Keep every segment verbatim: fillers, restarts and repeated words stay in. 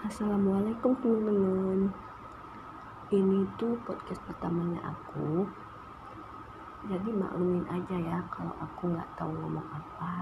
Assalamualaikum teman-teman. Ini tuh podcast pertamanya aku. Jadi maklumin aja ya kalau aku nggak tahu ngomong apa.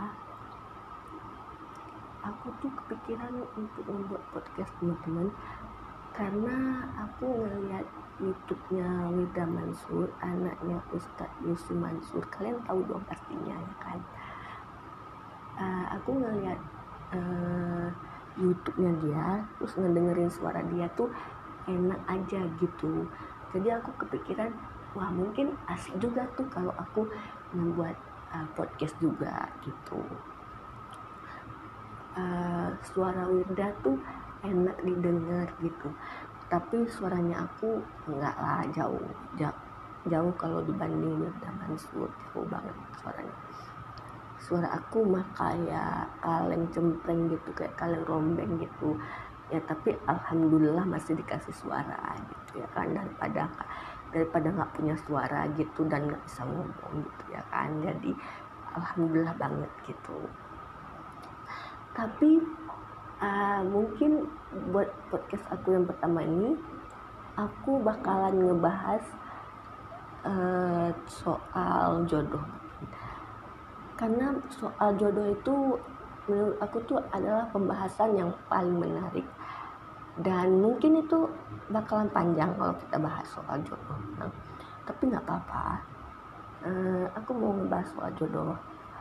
Aku tuh kepikiran untuk membuat podcast teman-teman karena aku ngeliat YouTube-nya Wida Mansur, anaknya Ustadz Yusuf Mansur. Kalian tahu dong pastinya ya kan. Uh, aku ngeliat uh, YouTube-nya dia, terus ngedengerin suara dia tuh enak aja gitu. Jadi aku kepikiran, wah mungkin asik juga tuh kalau aku membuat uh, podcast juga gitu. Uh, suara Wirda tuh enak didengar gitu. Tapi suaranya aku enggak lah, jauh, jauh, jauh kalau dibanding Wirda Mansur, jauh banget suaranya. Suara aku mah kayak kaleng cempreng gitu, kayak kaleng rombeng gitu ya, tapi alhamdulillah masih dikasih suara gitu ya kan, daripada daripada nggak punya suara gitu dan nggak bisa ngomong gitu ya kan. Jadi alhamdulillah banget gitu. Tapi uh, mungkin buat podcast aku yang pertama ini aku bakalan ngebahas uh, soal jodoh. Karena soal jodoh itu menurut aku tuh adalah pembahasan yang paling menarik. Dan mungkin itu bakalan panjang kalau kita bahas soal jodoh. Nah, tapi gak apa-apa. Uh, aku mau ngebahas soal jodoh.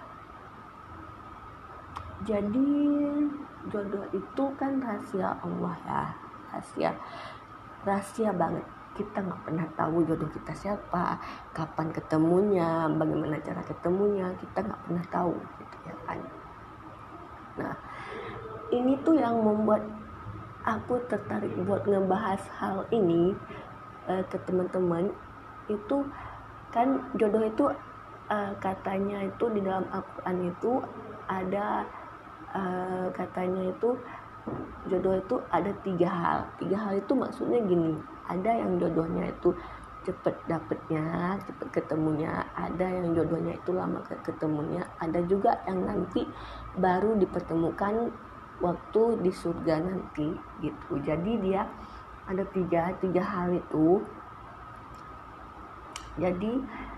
Jadi jodoh itu kan rahasia Allah ya. Rahasia. Rahasia banget. Kita gak pernah tahu jodoh kita siapa, kapan ketemunya, bagaimana cara ketemunya, kita gak pernah tahu gitu ya kan. Nah, ini tuh yang membuat aku tertarik buat ngebahas hal ini uh, ke teman-teman. Itu kan jodoh itu uh, katanya itu di dalam Al-Quran itu ada uh, katanya itu jodoh itu ada tiga hal. Tiga hal itu maksudnya gini, ada yang jodohnya itu cepet dapetnya, cepet ketemunya, ada yang jodohnya itu lama ketemunya, ada juga yang nanti baru dipertemukan waktu di surga nanti gitu. Jadi dia ada tiga tiga hal itu. Jadi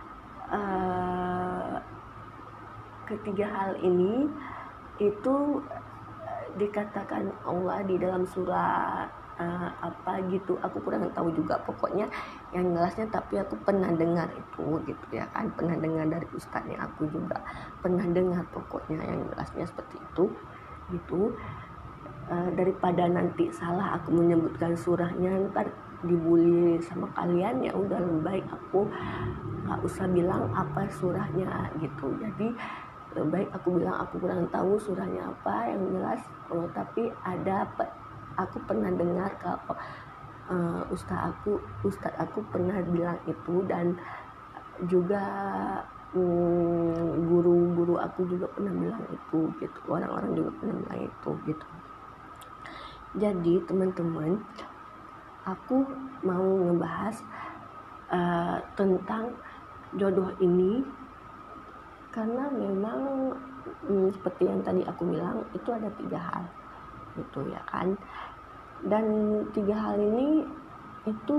uh, ketiga hal ini itu dikatakan Allah di dalam surah uh, apa gitu, aku kurang tahu juga pokoknya yang jelasnya, tapi aku pernah dengar itu gitu ya kan, pernah dengar dari ustadznya, aku juga pernah dengar pokoknya yang jelasnya seperti itu gitu. Uh, daripada nanti salah aku menyebutkan surahnya ntar dibully sama kalian, ya udah lebih baik aku nggak usah bilang apa surahnya gitu. Jadi lebih baik aku bilang aku kurang tahu surahnya apa yang jelas. Oh, tapi ada aku pernah dengar kalau uh, ustaz aku ustaz aku pernah bilang itu, dan juga um, guru-guru aku juga pernah bilang itu gitu, orang-orang juga pernah bilang itu gitu. Jadi teman-teman, aku mau ngebahas uh, tentang jodoh ini karena memang hmm, seperti yang tadi aku bilang itu ada tiga hal gitu ya kan. Dan tiga hal ini itu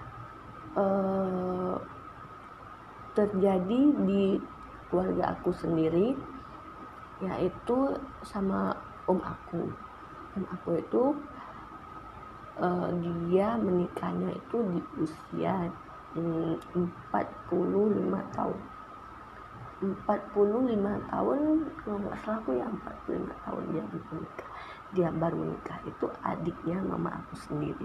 uh, terjadi di keluarga aku sendiri, yaitu sama om aku. Om aku itu uh, dia menikahnya itu di usia hmm, empat puluh lima tahun. empat puluh lima tahun kalau nggak salah aku ya, empat puluh lima tahun dia menikah. Dia baru menikah, itu adiknya mama aku sendiri.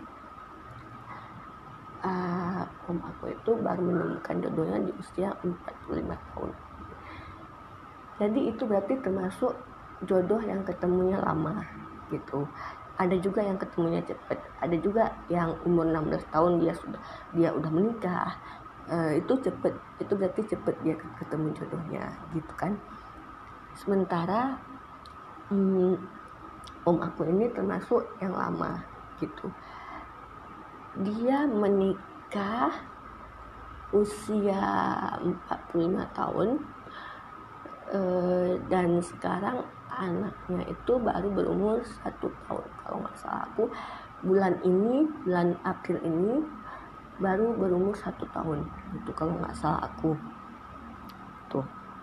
Uh, om aku itu baru menemukan jodohnya di usia empat puluh lima tahun. Jadi itu berarti termasuk jodoh yang ketemunya lama gitu. Ada juga yang ketemunya cepat, ada juga yang umur enam belas tahun dia sudah dia udah menikah. Uh, itu cepet, itu berarti cepet dia ketemu jodohnya gitu kan. Sementara um, om aku ini termasuk yang lama gitu. Dia menikah usia empat puluh lima tahun, uh, dan sekarang anaknya itu baru berumur satu tahun kalau nggak salah. Aku bulan ini, bulan April ini baru berumur satu tahun gitu kalau nggak salah aku tuh.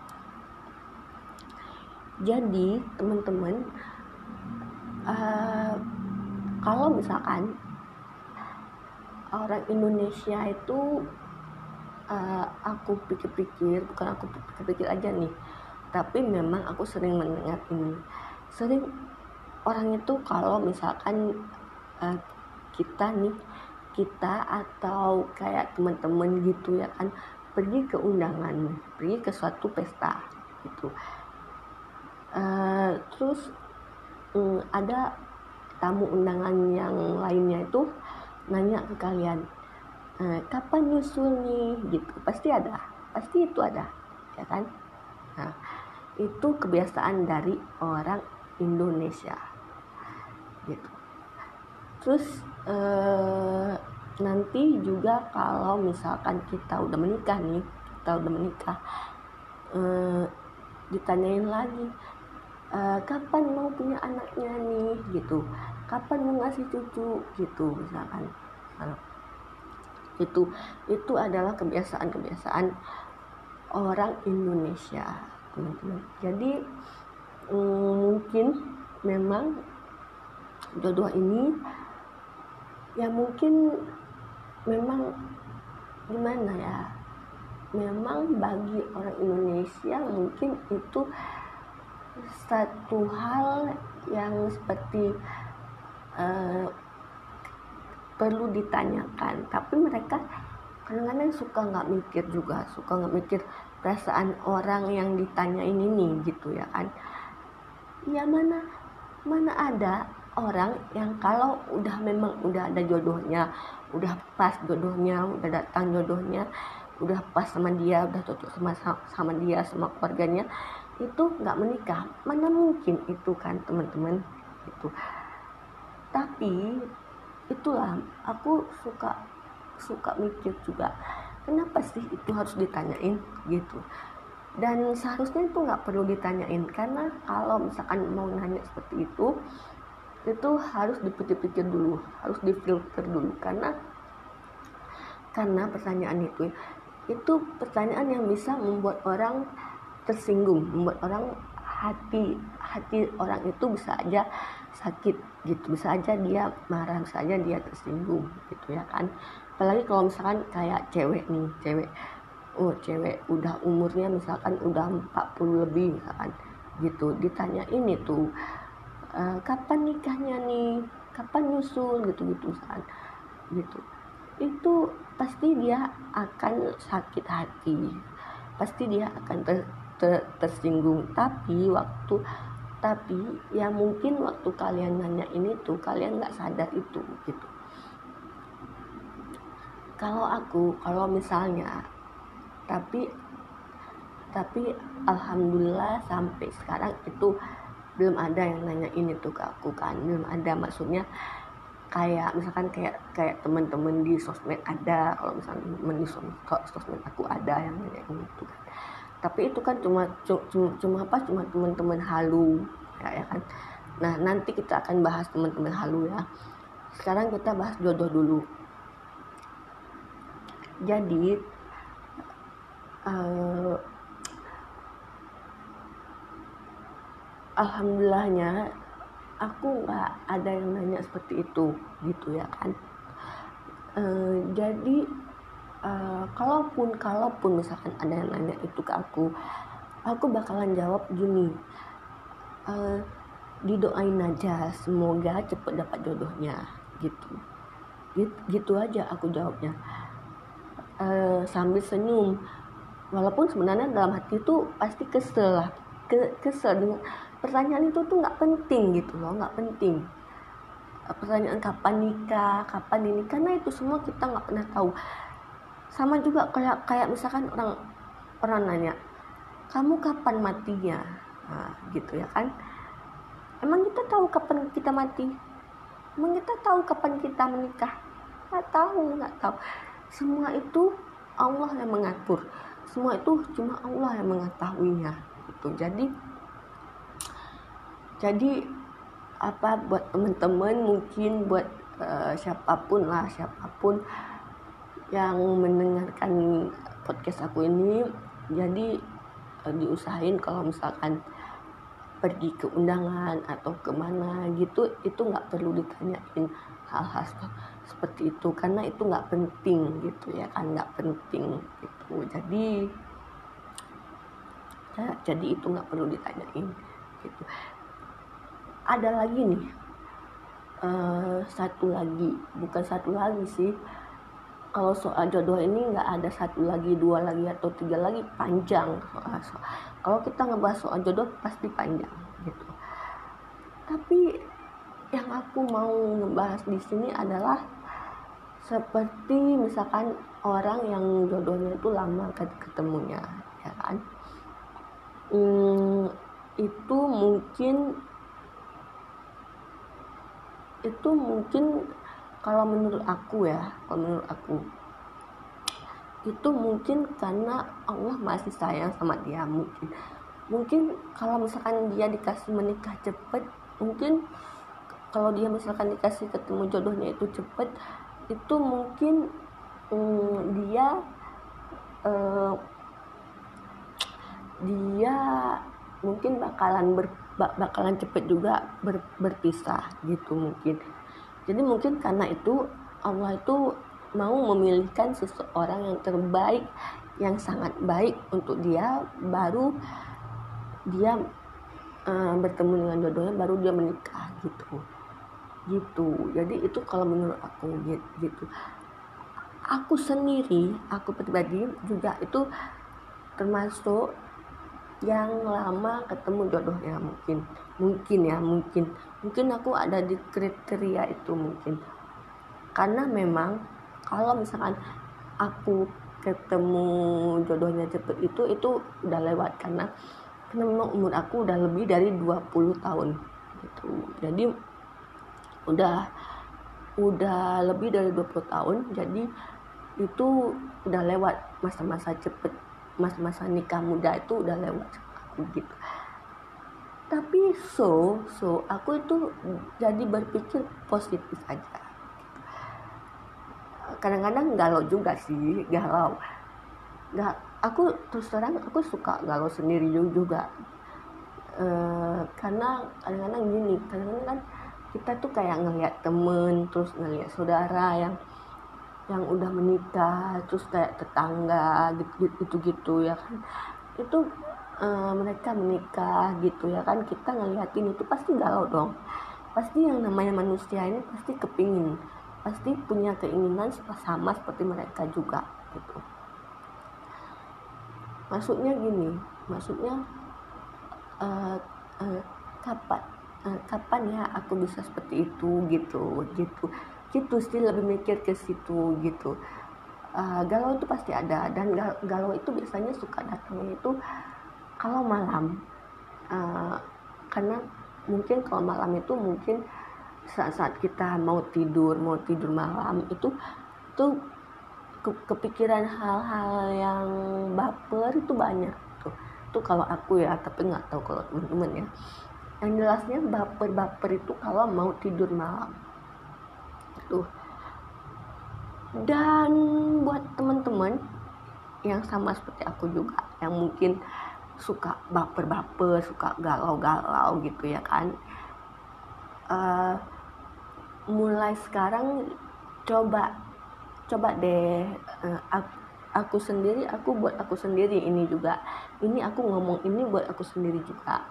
Jadi teman-teman, uh, kalau misalkan orang Indonesia itu, uh, aku pikir-pikir, bukan aku pikir-pikir aja nih, tapi memang aku sering mendengar ini, sering orang itu kalau misalkan uh, kita nih, kita atau kayak teman-teman gitu ya kan, pergi ke undangan, pergi ke suatu pesta gitu, uh, terus um, ada tamu undangan yang lainnya itu nanya ke kalian, e, kapan nyusul nih gitu, pasti ada, pasti itu ada ya kan. Nah, itu kebiasaan dari orang Indonesia gitu. Terus e, nanti juga kalau misalkan kita udah menikah nih, kita udah menikah, e, ditanyain lagi, e, kapan mau punya anaknya nih gitu, kapan mau ngasih cucu gitu misalkan. Nah, itu itu adalah kebiasaan-kebiasaan orang Indonesia, teman-teman. Jadi mm, mungkin memang jodoh ini ya mungkin memang gimana ya, memang bagi orang Indonesia mungkin itu satu hal yang seperti uh, perlu ditanyakan, tapi mereka kadang-kadang suka nggak mikir juga, suka nggak mikir perasaan orang yang ditanyain ini gitu ya kan. Ya mana mana ada orang yang kalau udah memang udah ada jodohnya, udah pas jodohnya, udah datang jodohnya, udah pas sama dia, udah cocok sama sama dia, sama keluarganya, itu nggak menikah. Mana mungkin itu kan teman-teman itu. Tapi itulah aku suka suka mikir juga, kenapa sih itu harus ditanyain gitu. Dan seharusnya itu nggak perlu ditanyain, karena kalau misalkan mau nanya seperti itu itu harus dipikir-pikir dulu, harus difilter dulu, karena karena pertanyaan itu itu pertanyaan yang bisa membuat orang tersinggung, membuat orang hati hati orang itu bisa aja sakit gitu, bisa aja dia marah, bisa aja dia tersinggung gitu ya kan. Apalagi kalau misalkan kayak cewek nih, cewek oh cewek udah umurnya misalkan udah empat puluh lebih misalkan gitu, ditanyain itu e, kapan nikahnya nih, kapan nyusul gitu-gitu misalkan gitu, itu pasti dia akan sakit hati, pasti dia akan ter, ter, tersinggung. Tapi waktu tapi ya mungkin waktu kalian nanya ini tuh kalian nggak sadar itu gitu. Kalau aku, kalau misalnya, tapi tapi alhamdulillah sampai sekarang itu belum ada yang nanya ini tuh ke aku kan, belum ada. Maksudnya kayak misalkan kayak kayak teman-teman di sosmed ada, kalau misalnya teman di sosmed aku ada yang nanya ini tuh kan. Tapi itu kan cuma cuma cuma apa cuma teman-teman halu ya, ya kan. Nah nanti kita akan bahas teman-teman halu ya. Sekarang kita bahas jodoh dulu. Jadi uh, alhamdulillahnya aku nggak ada yang nanya seperti itu gitu ya kan. Uh, jadi Uh, kalaupun kalaupun misalkan ada yang nanya itu ke aku, aku bakalan jawab gini, uh, didoain aja semoga cepet dapat jodohnya gitu, gitu, gitu aja aku jawabnya, uh, sambil senyum, walaupun sebenarnya dalam hati itu pasti kesel lah, Ke, kesel dengan pertanyaan itu tuh nggak penting gitu loh, nggak penting. Pertanyaan kapan nikah, kapan ini, karena itu semua kita nggak pernah tahu. Sama juga kayak kayak misalkan orang orang nanya, kamu kapan matinya, nah, gitu ya kan. Emang kita tahu kapan kita mati? Emang kita tahu kapan kita menikah? Nggak tahu, nggak tahu. Semua itu Allah yang mengatur. Semua itu cuma Allah yang mengetahuinya. Gitu. Jadi, jadi apa buat teman-teman mungkin buat uh, siapapun lah siapapun yang mendengarkan podcast aku ini, jadi uh, diusahain kalau misalkan pergi ke undangan atau kemana gitu, itu nggak perlu ditanyain hal-hal seperti itu karena itu nggak penting gitu ya kan, nggak penting gitu. Jadi ya, jadi itu nggak perlu ditanyain gitu. Ada lagi nih uh, satu lagi, bukan satu lagi sih, kalau soal jodoh ini nggak ada satu lagi, dua lagi atau tiga lagi, panjang soal, soal. Kalau kita ngebahas soal jodoh pasti panjang gitu. Tapi yang aku mau ngebahas di sini adalah seperti misalkan orang yang jodohnya itu lama ketemunya, ya kan? Hmm, itu mungkin itu mungkin kalau menurut aku ya, kalau menurut aku itu mungkin karena Allah masih sayang sama dia. Mungkin mungkin kalau misalkan dia dikasih menikah cepet, mungkin kalau dia misalkan dikasih ketemu jodohnya itu cepet, itu mungkin um, dia uh, dia mungkin bakalan ber, bakalan cepet juga ber, berpisah gitu mungkin. Jadi mungkin karena itu Allah itu mau memilihkan seseorang yang terbaik, yang sangat baik untuk dia, baru dia uh, bertemu dengan jodohnya, baru dia menikah gitu gitu. Jadi itu kalau menurut aku gitu. Aku sendiri, aku pribadi juga itu termasuk yang lama ketemu jodohnya, mungkin mungkin ya mungkin mungkin aku ada di kriteria itu mungkin, karena memang kalau misalkan aku ketemu jodohnya cepet itu itu udah lewat, karena karena memang umur aku udah lebih dari dua puluh tahun gitu. Jadi udah udah lebih dari dua puluh tahun, jadi itu udah lewat masa-masa cepet, masa-masa nikah muda itu udah lewat aku gitu. Tapi so so aku itu jadi berpikir positif aja. Kadang-kadang galau juga sih, galau nggak, aku terus terang aku suka galau sendiri juga, e, karena kadang-kadang gini, kadang-kadang kan kita tuh kayak ngelihat temen, terus ngelihat saudara yang yang udah menikah, terus kayak tetangga gitu gitu ya kan, itu e, mereka menikah gitu ya kan, kita ngeliatin itu pasti galau dong. Pasti yang namanya manusia ini pasti kepingin, pasti punya keinginan sama seperti mereka juga gitu. Maksudnya gini, maksudnya uh, uh, kapan uh, kapan ya aku bisa seperti itu gitu gitu gitu sih, lebih mikir ke situ gitu. Uh, galau itu pasti ada, dan galau itu biasanya suka datangnya itu kalau malam, uh, karena mungkin kalau malam itu mungkin saat-saat kita mau tidur mau tidur malam itu tuh kepikiran hal-hal yang baper itu banyak tuh. Tuh kalau aku ya, tapi nggak tahu kalau teman-teman ya. Yang jelasnya baper-baper itu kalau mau tidur malam. Tuh. Dan buat teman-teman yang sama seperti aku juga, yang mungkin suka baper-baper, suka galau-galau gitu ya kan. Uh, mulai sekarang coba coba deh, uh, aku, aku sendiri, aku buat aku sendiri ini juga, ini aku ngomong ini buat aku sendiri juga.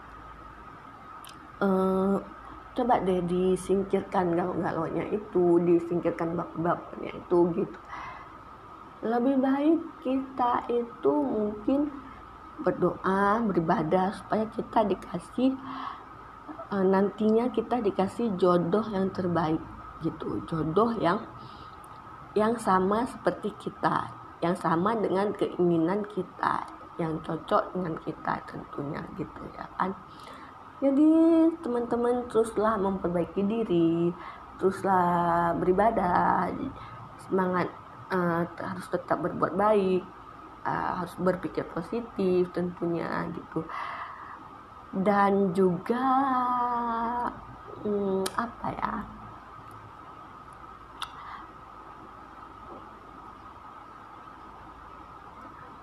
Uh, coba deh disingkirkan galau-galaunya itu, disingkirkan baper-bapernya itu gitu. Lebih baik kita itu mungkin berdoa, beribadah supaya kita dikasih, uh, nantinya kita dikasih jodoh yang terbaik gitu, jodoh yang yang sama seperti kita, yang sama dengan keinginan kita, yang cocok dengan kita tentunya gitu ya kan. Jadi teman-teman teruslah memperbaiki diri, teruslah beribadah, semangat, uh, harus tetap berbuat baik, uh, harus berpikir positif tentunya gitu. Dan juga hmm, apa ya,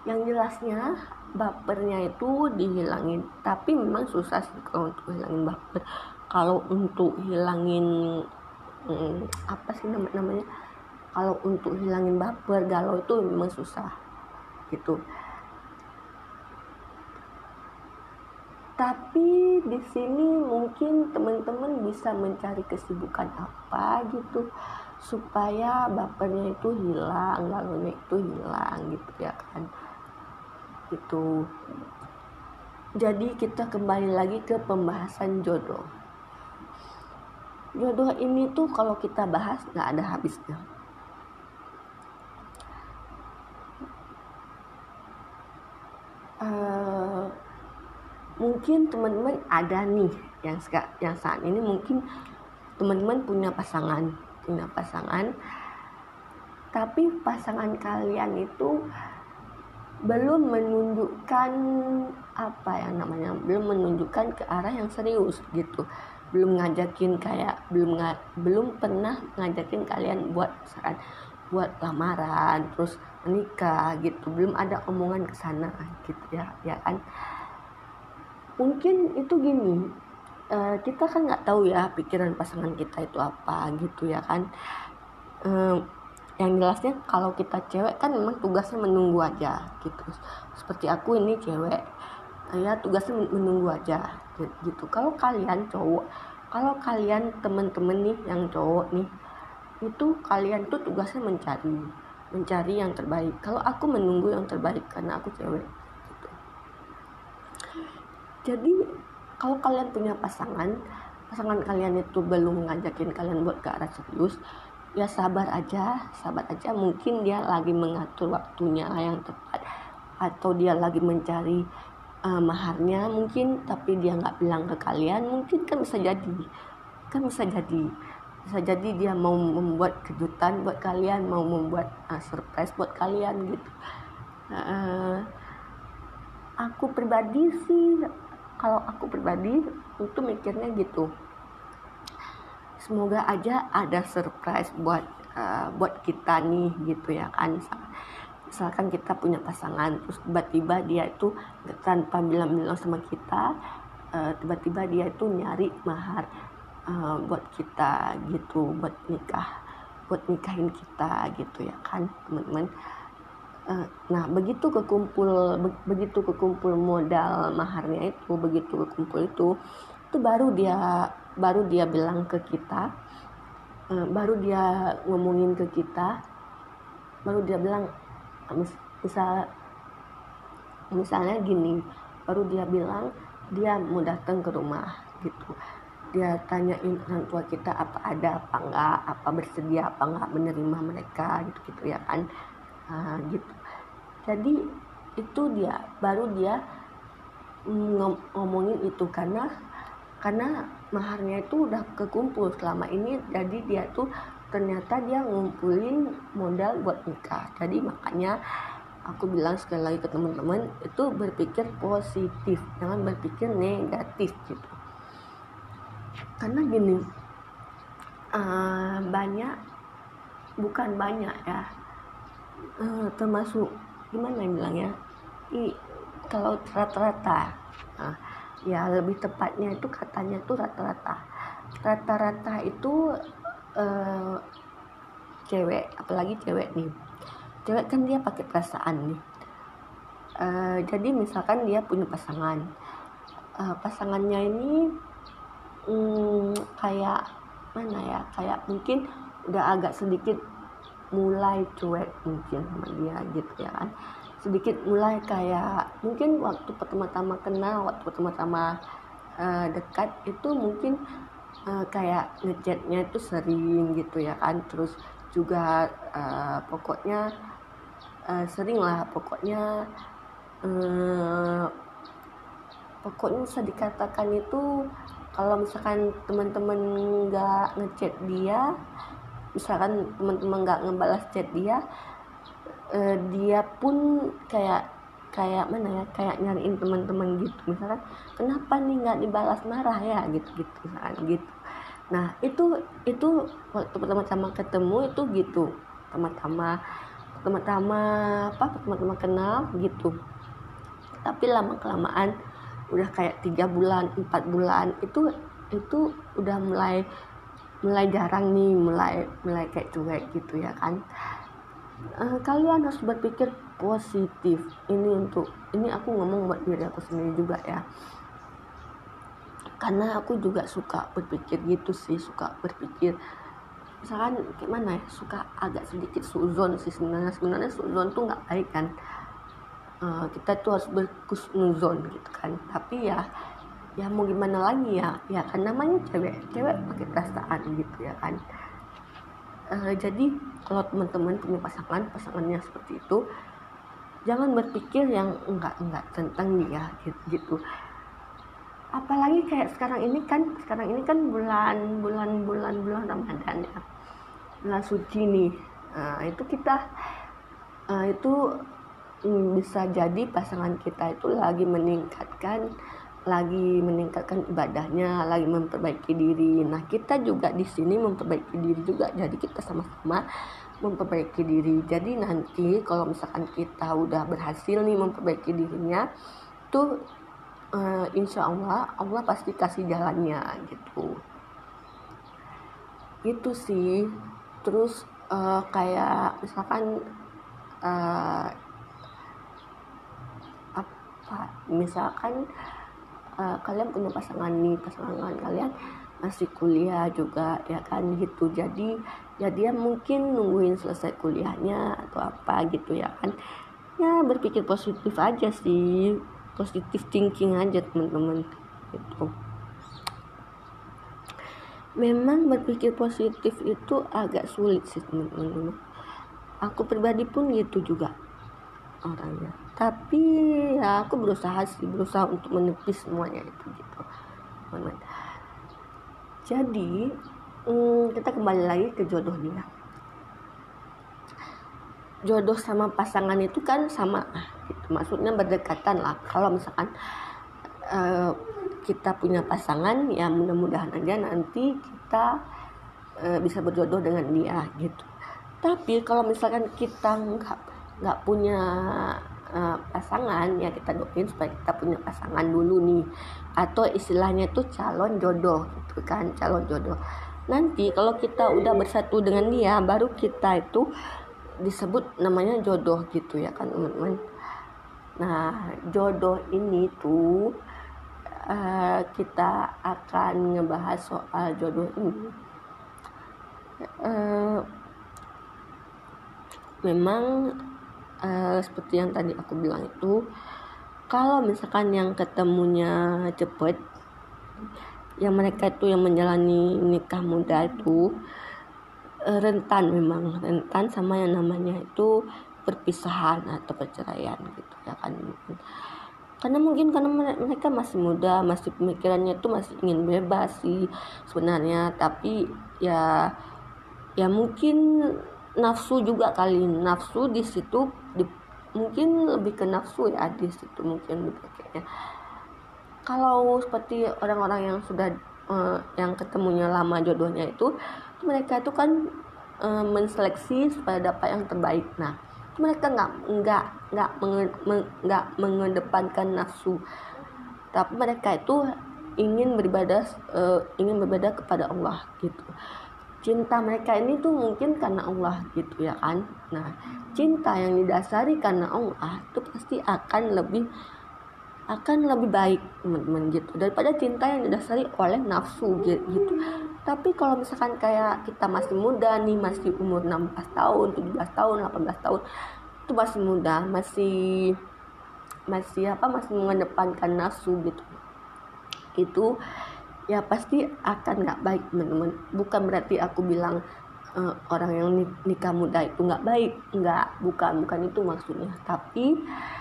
Yang jelasnya bapernya itu dihilangin, tapi memang susah sih kalau untuk hilangin baper. Kalau untuk hilangin hmm, apa sih nama namanya kalau untuk hilangin baper galau itu memang susah gitu. Tapi di sini mungkin teman-teman bisa mencari kesibukan apa gitu supaya bapernya itu hilang, galaunya itu hilang gitu ya kan. Itu. Jadi kita kembali lagi ke pembahasan jodoh. Jodoh ini tuh kalau kita bahas nggak ada habisnya. Uh, mungkin teman-teman ada nih yang yang saat ini mungkin teman-teman punya pasangan, punya pasangan, tapi pasangan kalian itu belum menunjukkan apa yang namanya, belum menunjukkan ke arah yang serius gitu, belum ngajakin kayak belum nga, belum pernah ngajakin kalian buat misalkan buat lamaran terus menikah gitu, belum ada omongan ke sana gitu ya ya kan. Mungkin itu gini, uh, kita kan nggak tahu ya pikiran pasangan kita itu apa gitu ya kan. Uh, yang jelasnya kalau kita cewek kan memang tugasnya menunggu aja gitu. Seperti aku ini cewek, ya tugasnya menunggu aja gitu. Kalau kalian cowok, kalau kalian temen-temen nih yang cowok nih, itu kalian tuh tugasnya mencari, mencari yang terbaik. Kalau aku menunggu yang terbaik karena aku cewek. Jadi kalau kalian punya pasangan, pasangan kalian itu belum ngajakin kalian buat ke arah serius, ya sabar aja, sabar aja. Mungkin dia lagi mengatur waktunya yang tepat, atau dia lagi mencari uh, maharnya mungkin, tapi dia nggak bilang ke kalian. Mungkin kan bisa jadi, kan bisa jadi, bisa jadi dia mau membuat kejutan buat kalian, mau membuat uh, surprise buat kalian gitu. Uh, aku pribadi sih, kalau aku pribadi itu mikirnya gitu, semoga aja ada surprise buat uh, buat kita nih gitu ya kan. Misalkan kita punya pasangan terus tiba-tiba dia itu tanpa bilang-bilang sama kita, uh, tiba-tiba dia itu nyari mahar uh, buat kita gitu, buat nikah, buat nikahin kita gitu ya kan teman-teman. Uh, nah begitu kekumpul be- begitu kekumpul modal maharnya itu, begitu kekumpul itu itu baru dia baru dia bilang ke kita, uh, baru dia ngomongin ke kita, baru dia bilang misal misalnya gini, baru dia bilang dia mau datang ke rumah gitu, dia tanyain orang tua kita apa ada apa enggak, apa bersedia apa enggak menerima mereka gitu gitu ya kan. Nah, gitu. Jadi itu dia baru dia ngom- ngomongin itu karena karena maharnya itu udah kekumpul selama ini. Jadi dia tuh ternyata dia ngumpulin modal buat nikah. Jadi makanya aku bilang sekali lagi ke teman-teman itu berpikir positif, jangan berpikir negatif gitu. Karena gini, uh, banyak bukan banyak ya. Uh, termasuk gimana yang bilangnya, I, kalau rata-rata, nah, ya lebih tepatnya itu katanya tuh rata-rata, rata-rata itu uh, cewek, apalagi cewek nih, cewek kan dia pakai perasaan nih. Uh, jadi misalkan dia punya pasangan, uh, pasangannya ini um, kayak mana ya, kayak mungkin udah agak sedikit mulai cuek mungkin sama dia gitu ya kan, sedikit mulai kayak mungkin waktu pertama-tama kenal, waktu pertama-tama uh, dekat itu mungkin uh, kayak ngechatnya itu sering gitu ya kan, terus juga uh, pokoknya uh, sering lah pokoknya uh, pokoknya bisa dikatakan itu kalau misalkan teman-teman nggak ngechat dia, misalkan teman-teman nggak ngebalas chat dia, eh, dia pun kayak kayak mana ya, kayak nyariin teman-teman gitu, misalkan kenapa nih nggak dibalas, marah ya gitu gitu misalkan gitu. Nah itu itu waktu pertama-tama ketemu itu gitu, pertama-tama pertama-tama apa pertama-tama kenal gitu, tapi lama kelamaan udah kayak tiga bulan empat bulan itu itu udah mulai mulai jarang nih, mulai mulai kayak cuek gitu ya kan. Uh, kalian harus berpikir positif. Ini untuk ini aku ngomong buat diri aku sendiri juga ya, karena aku juga suka berpikir gitu sih, suka berpikir misalkan gimana ya, suka agak sedikit suzon sih sebenarnya. Sebenarnya suzon tuh nggak baik kan, uh, kita tuh harus berkusnuzon gitu kan. Tapi ya ya mau gimana lagi ya, ya kan namanya cewek cewek pakai perasaan gitu ya kan. Uh, jadi kalau teman-teman punya pasangan pasangannya seperti itu, jangan berpikir yang enggak-enggak tentang dia gitu, gitu. Apalagi kayak sekarang ini kan sekarang ini kan bulan bulan bulan bulan Ramadan ya, bulan suci nih. Nah, itu kita uh, itu mm, bisa jadi pasangan kita itu lagi meningkatkan lagi meningkatkan ibadahnya, lagi memperbaiki diri. Nah, kita juga di sini memperbaiki diri juga. Jadi kita sama-sama memperbaiki diri. Jadi nanti kalau misalkan kita udah berhasil nih memperbaiki dirinya, tuh uh, insya Allah Allah pasti kasih jalannya gitu. Gitu sih. Terus uh, kayak misalkan uh, apa? Misalkan Uh, kalian punya pasangan nih, pasangan kalian masih kuliah juga ya kan gitu. Jadi ya dia mungkin nungguin selesai kuliahnya atau apa gitu ya kan. Ya berpikir positif aja sih, positif thinking aja teman-teman gitu. Memang berpikir positif itu agak sulit sih teman-teman. Aku pribadi pun gitu juga orangnya, tapi ya aku berusaha sih berusaha untuk menepis semuanya itu gitu teman-teman. Jadi hmm, kita kembali lagi ke jodoh dia. Jodoh sama pasangan itu kan sama gitu, maksudnya berdekatan lah. Kalau misalkan uh, kita punya pasangan, ya mudah-mudahan aja nanti kita uh, bisa berjodoh dengan dia gitu. Tapi kalau misalkan kita nggak nggak punya uh, pasangan, ya kita doain supaya kita punya pasangan dulu nih, atau istilahnya itu calon jodoh gitu kan, calon jodoh. Nanti kalau kita udah bersatu dengan dia, baru kita itu disebut namanya jodoh gitu ya kan teman-teman. Nah jodoh ini tuh uh, kita akan ngebahas soal jodoh ini. Uh, memang Uh, seperti yang tadi aku bilang itu, kalau misalkan yang ketemunya cepet, yang mereka itu yang menjalani nikah muda itu uh, rentan, memang rentan sama yang namanya itu perpisahan atau perceraian gitu ya kan. Karena mungkin karena mereka masih muda, masih pemikirannya itu masih ingin bebas sih sebenarnya, tapi ya ya mungkin nafsu juga kali, nafsu di situ di, mungkin lebih ke nafsu ya di situ mungkin dipakainya. Kalau seperti orang-orang yang sudah uh, yang ketemunya lama jodohnya itu, mereka itu kan uh, menseleksi supaya dapat yang terbaik. Nah mereka nggak nggak nggak nggak mengedepankan nafsu, tapi mereka itu ingin beribadah uh, ingin beribadah kepada Allah gitu. Cinta mereka ini tuh mungkin karena Allah gitu ya kan. Nah cinta yang didasari karena Allah itu pasti akan lebih akan lebih baik teman-teman gitu, daripada cinta yang didasari oleh nafsu gitu. Tapi kalau misalkan kayak kita masih muda nih, masih umur enam belas tahun, tujuh belas tahun, delapan belas tahun, itu masih muda, masih masih apa masih mengedepankan nafsu gitu, itu ya pasti akan nggak baik teman-teman. Bukan berarti aku bilang uh, orang yang nikah muda itu nggak baik, nggak, bukan bukan itu maksudnya. Tapi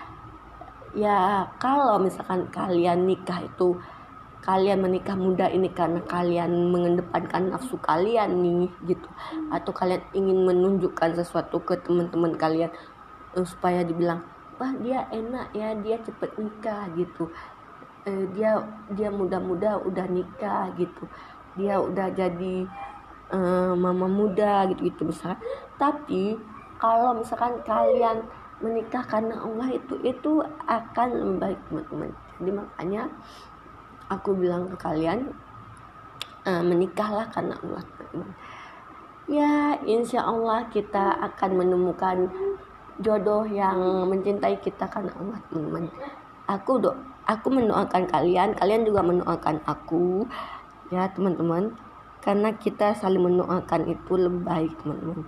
ya kalau misalkan kalian nikah itu, kalian menikah muda ini karena kalian mengedepankan nafsu kalian nih gitu, atau kalian ingin menunjukkan sesuatu ke teman-teman kalian uh, supaya dibilang wah dia enak ya, dia cepet nikah gitu. Eh, dia dia muda-muda udah nikah gitu, dia udah jadi eh, mama muda gitu gitu besar. Tapi kalau misalkan kalian menikah karena Allah itu itu akan baik teman-teman. Jadi makanya aku bilang ke kalian, uh, menikahlah karena Allah teman-teman. Ya insya Allah kita akan menemukan jodoh yang mencintai kita karena Allah teman-teman. Aku do, aku mendoakan kalian, kalian juga mendoakan aku ya teman-teman. Karena kita saling mendoakan itu lebih baik teman-teman.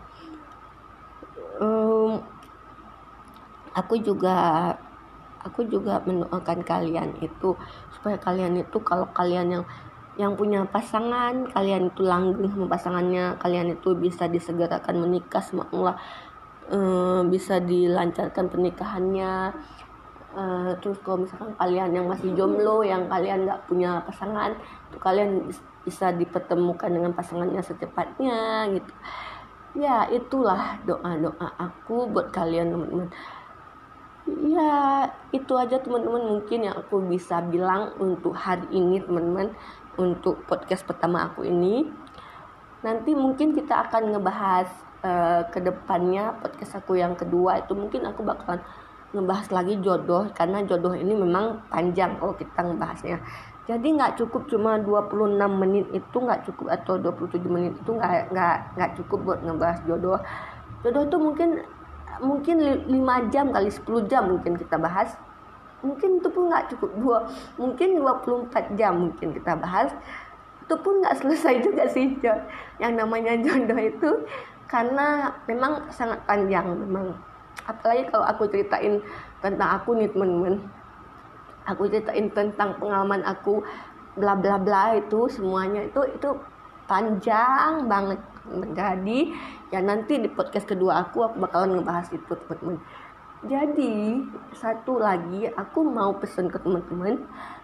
Um, aku juga aku juga mendoakan kalian itu supaya kalian itu kalau kalian yang yang punya pasangan, kalian itu langgeng sama pasangannya, kalian itu bisa disegerakan menikah sama Allah, uh, bisa dilancarkan pernikahannya. Uh, terus kalau misalkan kalian yang masih jomblo, yang kalian nggak punya pasangan, itu kalian bisa dipertemukan dengan pasangannya secepatnya gitu. Ya itulah doa-doa aku buat kalian teman-teman. Ya itu aja teman-teman mungkin yang aku bisa bilang untuk hari ini teman-teman, untuk podcast pertama aku ini. Nanti mungkin kita akan ngebahas uh, ke depannya podcast aku yang kedua itu mungkin aku bakalan ngebahas lagi jodoh, karena jodoh ini memang panjang kalau kita ngebahasnya. Jadi nggak cukup cuma dua puluh enam menit itu nggak cukup, atau dua puluh tujuh menit itu nggak nggak nggak cukup buat ngebahas jodoh. Jodoh itu mungkin mungkin lima jam kali sepuluh jam mungkin kita bahas. Mungkin itu pun nggak cukup, dua mungkin dua puluh empat jam mungkin kita bahas. Itu pun nggak selesai juga sih yang namanya jodoh itu, karena memang sangat panjang memang. Apalagi kalau aku ceritain tentang aku nih teman-teman, aku ceritain tentang pengalaman aku bla bla bla itu semuanya itu itu panjang banget. Jadi ya nanti di podcast kedua aku aku bakalan ngebahas itu teman-teman. Jadi satu lagi aku mau pesan ke teman-teman,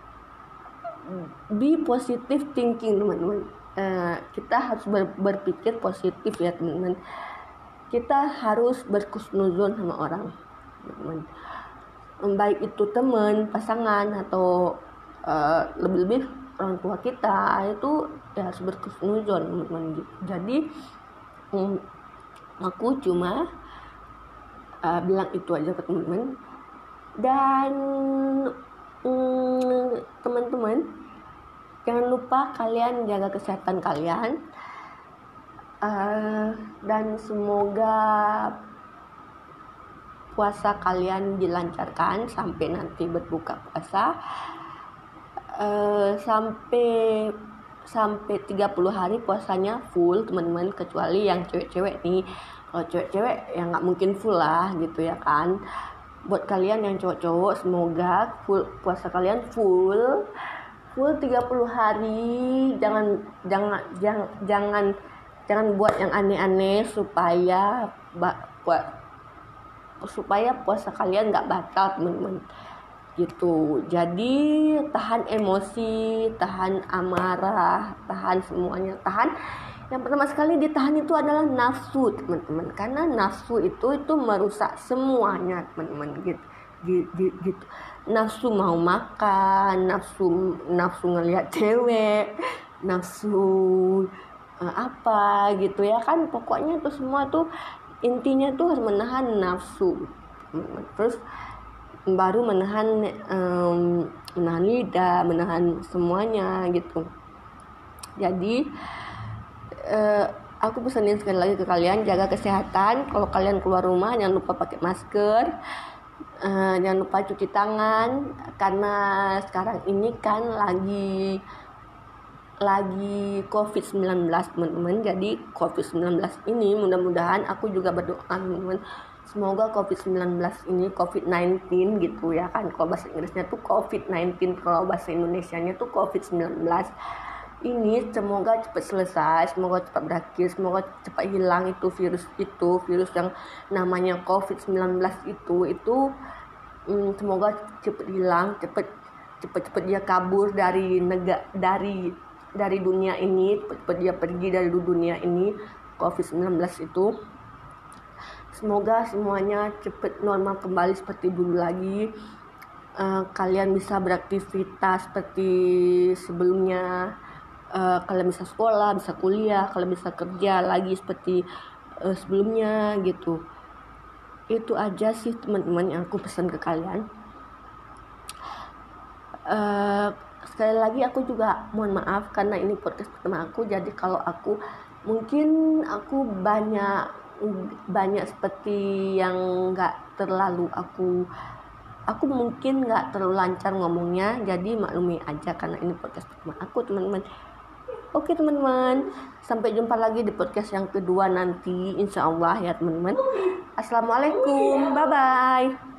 be positive thinking teman-teman. Uh, kita harus ber, berpikir positif ya teman-teman. Kita harus berhusnuzon sama orang teman-teman. Baik itu teman, pasangan, atau uh, lebih-lebih orang tua kita, itu ya harus berhusnuzon teman-teman. Jadi um, aku cuma uh, bilang itu aja ke teman-teman. Dan um, teman-teman jangan lupa kalian jaga kesehatan kalian, uh, dan semoga puasa kalian dilancarkan sampai nanti berbuka puasa, uh, sampai sampai tiga puluh hari puasanya full teman-teman, kecuali yang cewek-cewek nih. Kalau cewek-cewek ya nggak mungkin full lah gitu ya kan. Buat kalian yang cowok-cowok semoga full puasa kalian full full tiga puluh hari. Jangan jangan jangan jangan jangan buat yang aneh-aneh supaya buat supaya puasa kalian nggak batal teman-teman gitu. Jadi tahan emosi, tahan amarah, tahan semuanya, tahan. Yang pertama sekali ditahan itu adalah nafsu teman-teman, karena nafsu itu itu merusak semuanya teman-teman gitu. gitu nafsu mau makan, nafsu nafsu ngelihat cewek, nafsu uh, apa gitu ya kan, pokoknya itu semua tuh intinya tuh harus menahan nafsu, terus baru menahan um, menahan lidah, menahan semuanya gitu. Jadi uh, aku pesanin sekali lagi ke kalian, jaga kesehatan. Kalau kalian keluar rumah jangan lupa pakai masker. Uh, jangan lupa cuci tangan, karena sekarang ini kan lagi lagi covid sembilan belas teman-teman. Jadi covid sembilan belas ini mudah-mudahan aku juga berdoa teman-teman, semoga covid sembilan belas ini covid sembilan belas gitu ya kan. Kalau bahasa Inggrisnya tuh covid sembilan belas, kalau bahasa Indonesianya tuh covid sembilan belas ini semoga cepat selesai, semoga cepat berakhir, semoga cepat hilang itu virus itu, virus yang namanya covid sembilan belas itu itu hmm, semoga cepat hilang, cepat cepat cepat dia kabur dari negara dari dari dunia ini, cepat dia pergi dari dunia ini covid sembilan belas itu. Semoga semuanya cepat normal kembali seperti dulu lagi. Uh, kalian bisa beraktivitas seperti sebelumnya. Uh, kalian bisa sekolah, bisa kuliah, kalian bisa kerja lagi seperti uh, sebelumnya gitu. itu aja sih teman-teman yang aku pesan ke kalian. Uh, sekali lagi aku juga mohon maaf karena ini podcast pertama aku, jadi kalau aku mungkin aku banyak banyak seperti yang nggak terlalu aku aku mungkin nggak terlalu lancar ngomongnya, jadi maklumi aja karena ini podcast pertama aku teman-teman. Oke teman-teman, sampai jumpa lagi di podcast yang kedua nanti insya Allah ya teman-teman. Assalamualaikum, bye bye.